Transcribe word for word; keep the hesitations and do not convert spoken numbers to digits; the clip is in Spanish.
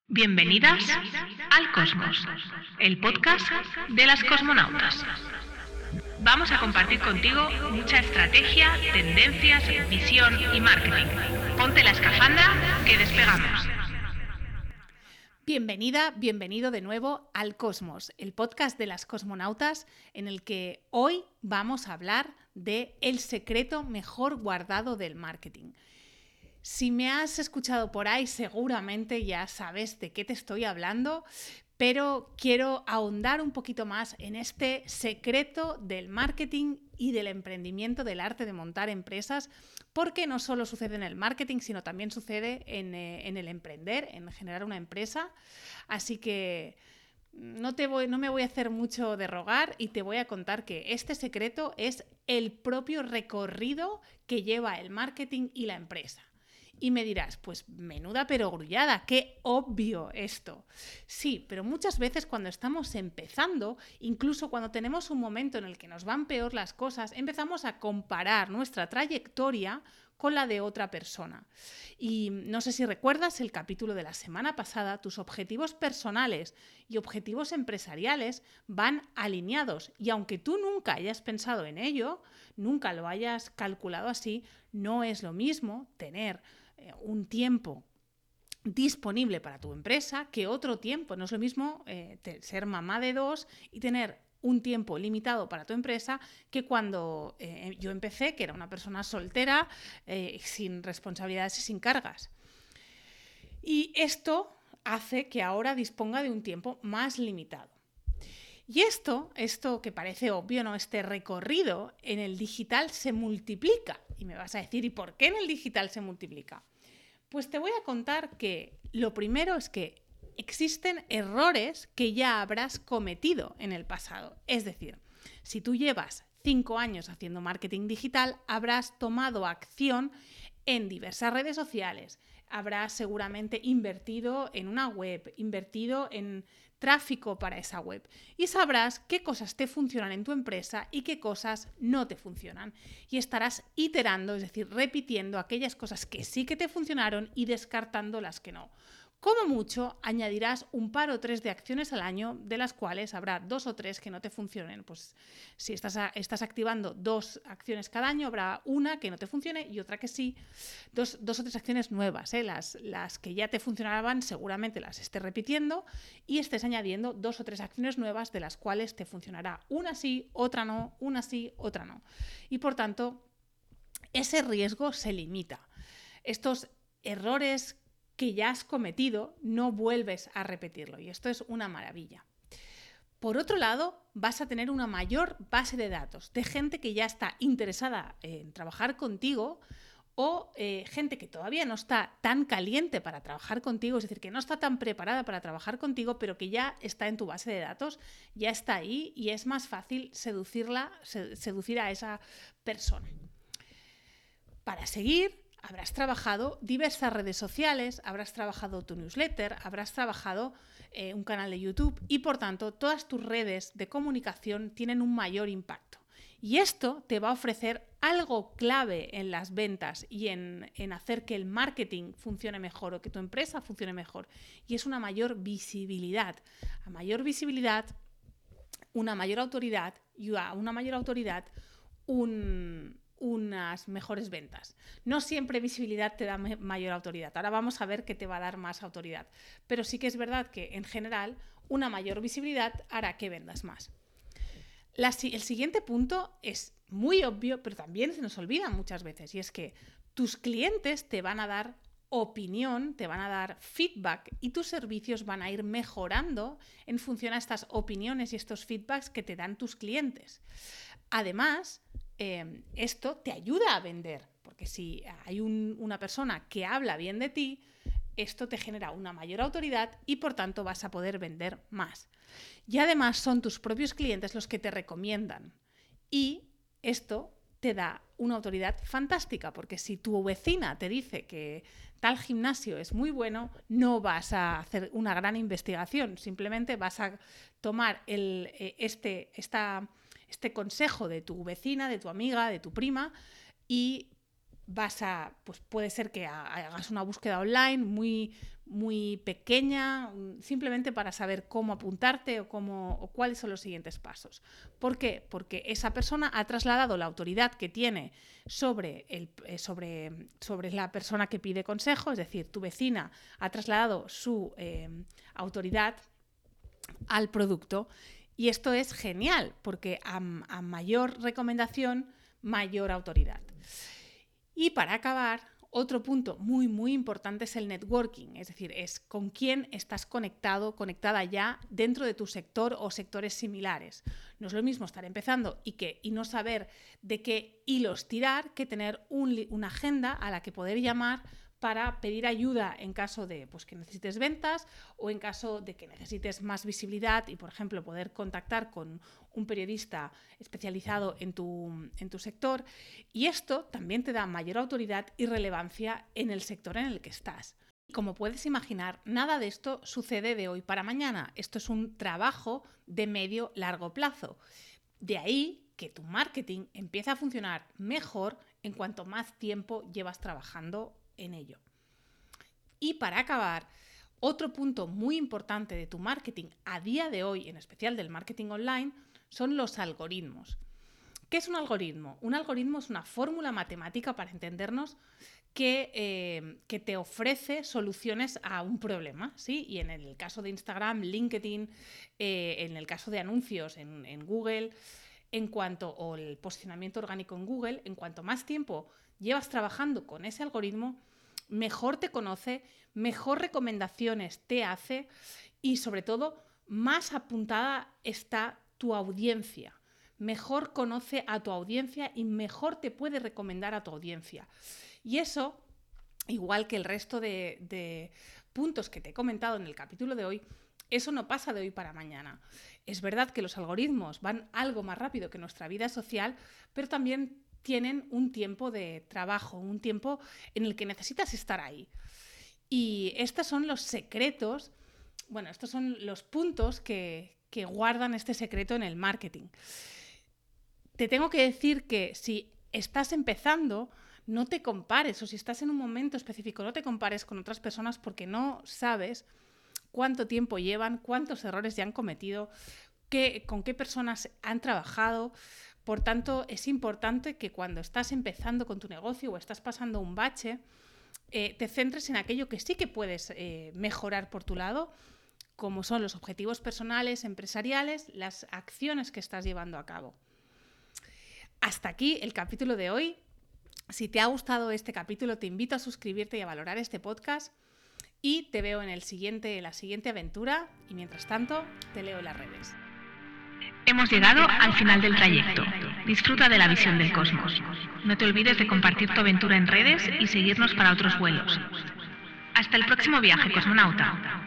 Bienvenidas al Cosmos, el podcast de las cosmonautas. Vamos a compartir contigo mucha estrategia, tendencias, visión y marketing. Ponte la escafandra que despegamos. Bienvenida, bienvenido de nuevo al Cosmos, el podcast de las cosmonautas en el que hoy vamos a hablar de el secreto mejor guardado del marketing. Si me has escuchado por ahí, seguramente ya sabes de qué te estoy hablando, pero quiero ahondar un poquito más en este secreto del marketing y del emprendimiento, del arte de montar empresas, porque no solo sucede en el marketing, sino también sucede en, eh, en el emprender, en generar una empresa. Así que no, te voy, no me voy a hacer mucho de rogar y te voy a contar que este secreto es el propio recorrido que lleva el marketing y la empresa. Y me dirás, pues menuda perogrullada, qué obvio esto. Sí, pero muchas veces cuando estamos empezando, incluso cuando tenemos un momento en el que nos van peor las cosas, empezamos a comparar nuestra trayectoria con la de otra persona. Y no sé si recuerdas el capítulo de la semana pasada, tus objetivos personales y objetivos empresariales van alineados. Y aunque tú nunca hayas pensado en ello, nunca lo hayas calculado así, no es lo mismo tener un tiempo disponible para tu empresa que otro tiempo. No es lo mismo eh, ser mamá de dos y tener un tiempo limitado para tu empresa que cuando eh, yo empecé, que era una persona soltera, eh, sin responsabilidades y sin cargas. Y esto hace que ahora disponga de un tiempo más limitado. Y esto, esto que parece obvio, ¿no? Este recorrido en el digital se multiplica. Y me vas a decir, ¿y por qué en el digital se multiplica? Pues te voy a contar que lo primero es que existen errores que ya habrás cometido en el pasado. Es decir, si tú llevas cinco años haciendo marketing digital, habrás tomado acción en diversas redes sociales, habrás seguramente invertido en una web, invertido en tráfico para esa web y sabrás qué cosas te funcionan en tu empresa y qué cosas no te funcionan. Y estarás iterando, es decir, repitiendo aquellas cosas que sí que te funcionaron y descartando las que no. Como mucho, añadirás un par o tres de acciones al año, de las cuales habrá dos o tres que no te funcionen. Pues si estás, a, estás activando dos acciones cada año, habrá una que no te funcione y otra que sí. Dos, dos o tres acciones nuevas, ¿eh? las, las que ya te funcionaban seguramente las estés repitiendo y estés añadiendo dos o tres acciones nuevas de las cuales te funcionará una sí, otra no, una sí, otra no. Y por tanto, ese riesgo se limita. Estos errores que ya has cometido, no vuelves a repetirlo y esto es una maravilla. Por otro lado, vas a tener una mayor base de datos de gente que ya está interesada en trabajar contigo o eh, gente que todavía no está tan caliente para trabajar contigo, es decir, que no está tan preparada para trabajar contigo, pero que ya está en tu base de datos, ya está ahí y es más fácil seducirla, seducir a esa persona. Para seguir, habrás trabajado diversas redes sociales, habrás trabajado tu newsletter, habrás trabajado eh, un canal de YouTube y por tanto todas tus redes de comunicación tienen un mayor impacto. Y esto te va a ofrecer algo clave en las ventas y en, en hacer que el marketing funcione mejor o que tu empresa funcione mejor. Y es una mayor visibilidad. A mayor visibilidad, una mayor autoridad y a una mayor autoridad, un... unas mejores ventas. No siempre visibilidad te da mayor autoridad. Ahora vamos a ver qué te va a dar más autoridad. Pero sí que es verdad que, en general, una mayor visibilidad hará que vendas más. La, el siguiente punto es muy obvio, pero también se nos olvida muchas veces, y es que tus clientes te van a dar opinión, te van a dar feedback y tus servicios van a ir mejorando en función a estas opiniones y estos feedbacks que te dan tus clientes. Además, Eh, esto te ayuda a vender, porque si hay un, una persona que habla bien de ti, esto te genera una mayor autoridad y por tanto vas a poder vender más. Y además son tus propios clientes los que te recomiendan y esto te da una autoridad fantástica, porque si tu vecina te dice que tal gimnasio es muy bueno, no vas a hacer una gran investigación, simplemente vas a tomar el, este, esta... este consejo de tu vecina, de tu amiga, de tu prima y vas a, pues puede ser que hagas una búsqueda online muy, muy pequeña, simplemente para saber cómo apuntarte o, cómo, o cuáles son los siguientes pasos. ¿Por qué? Porque esa persona ha trasladado la autoridad que tiene sobre, el, sobre, sobre la persona que pide consejo, es decir, tu vecina ha trasladado su eh, autoridad al producto, y esto es genial porque a, a mayor recomendación, mayor autoridad. Y para acabar, otro punto muy muy importante es el networking, es decir, es con quién estás conectado, conectada ya dentro de tu sector o sectores similares. No es lo mismo estar empezando y, que, y no saber de qué hilos tirar que tener un, una agenda a la que poder llamar para pedir ayuda en caso de pues, que necesites ventas o en caso de que necesites más visibilidad y, por ejemplo, poder contactar con un periodista especializado en tu, en tu sector. Y esto también te da mayor autoridad y relevancia en el sector en el que estás. Como puedes imaginar, nada de esto sucede de hoy para mañana. Esto es un trabajo de medio-largo plazo. De ahí que tu marketing empieza a funcionar mejor en cuanto más tiempo llevas trabajando en ello. Y para acabar, otro punto muy importante de tu marketing a día de hoy, en especial del marketing online, son los algoritmos. ¿Qué es un algoritmo? Un algoritmo es una fórmula matemática, para entendernos, que, eh, que te ofrece soluciones a un problema, ¿sí? Y en el caso de Instagram, LinkedIn, eh, en el caso de anuncios en, en Google, en cuanto, o el posicionamiento orgánico en Google, en cuanto más tiempo llevas trabajando con ese algoritmo, mejor te conoce, mejor recomendaciones te hace y, sobre todo, más apuntada está tu audiencia. Mejor conoce a tu audiencia y mejor te puede recomendar a tu audiencia. Y eso, igual que el resto de, de puntos que te he comentado en el capítulo de hoy, eso no pasa de hoy para mañana. Es verdad que los algoritmos van algo más rápido que nuestra vida social, pero también tienen un tiempo de trabajo, un tiempo en el que necesitas estar ahí. Y estos son los secretos, bueno, estos son los puntos que, que guardan este secreto en el marketing. Te tengo que decir que si estás empezando, no te compares, o si estás en un momento específico, no te compares con otras personas porque no sabes cuánto tiempo llevan, cuántos errores ya han cometido, qué, con qué personas han trabajado. Por tanto, es importante que cuando estás empezando con tu negocio o estás pasando un bache, eh, te centres en aquello que sí que puedes eh, mejorar por tu lado, como son los objetivos personales, empresariales, las acciones que estás llevando a cabo. Hasta aquí el capítulo de hoy. Si te ha gustado este capítulo, te invito a suscribirte y a valorar este podcast. Y te veo en el siguiente, en la siguiente aventura. Y mientras tanto, te leo en las redes. Hemos llegado al final del trayecto. Disfruta de la visión del cosmos. No te olvides de compartir tu aventura en redes y seguirnos para otros vuelos. Hasta el próximo viaje, cosmonauta.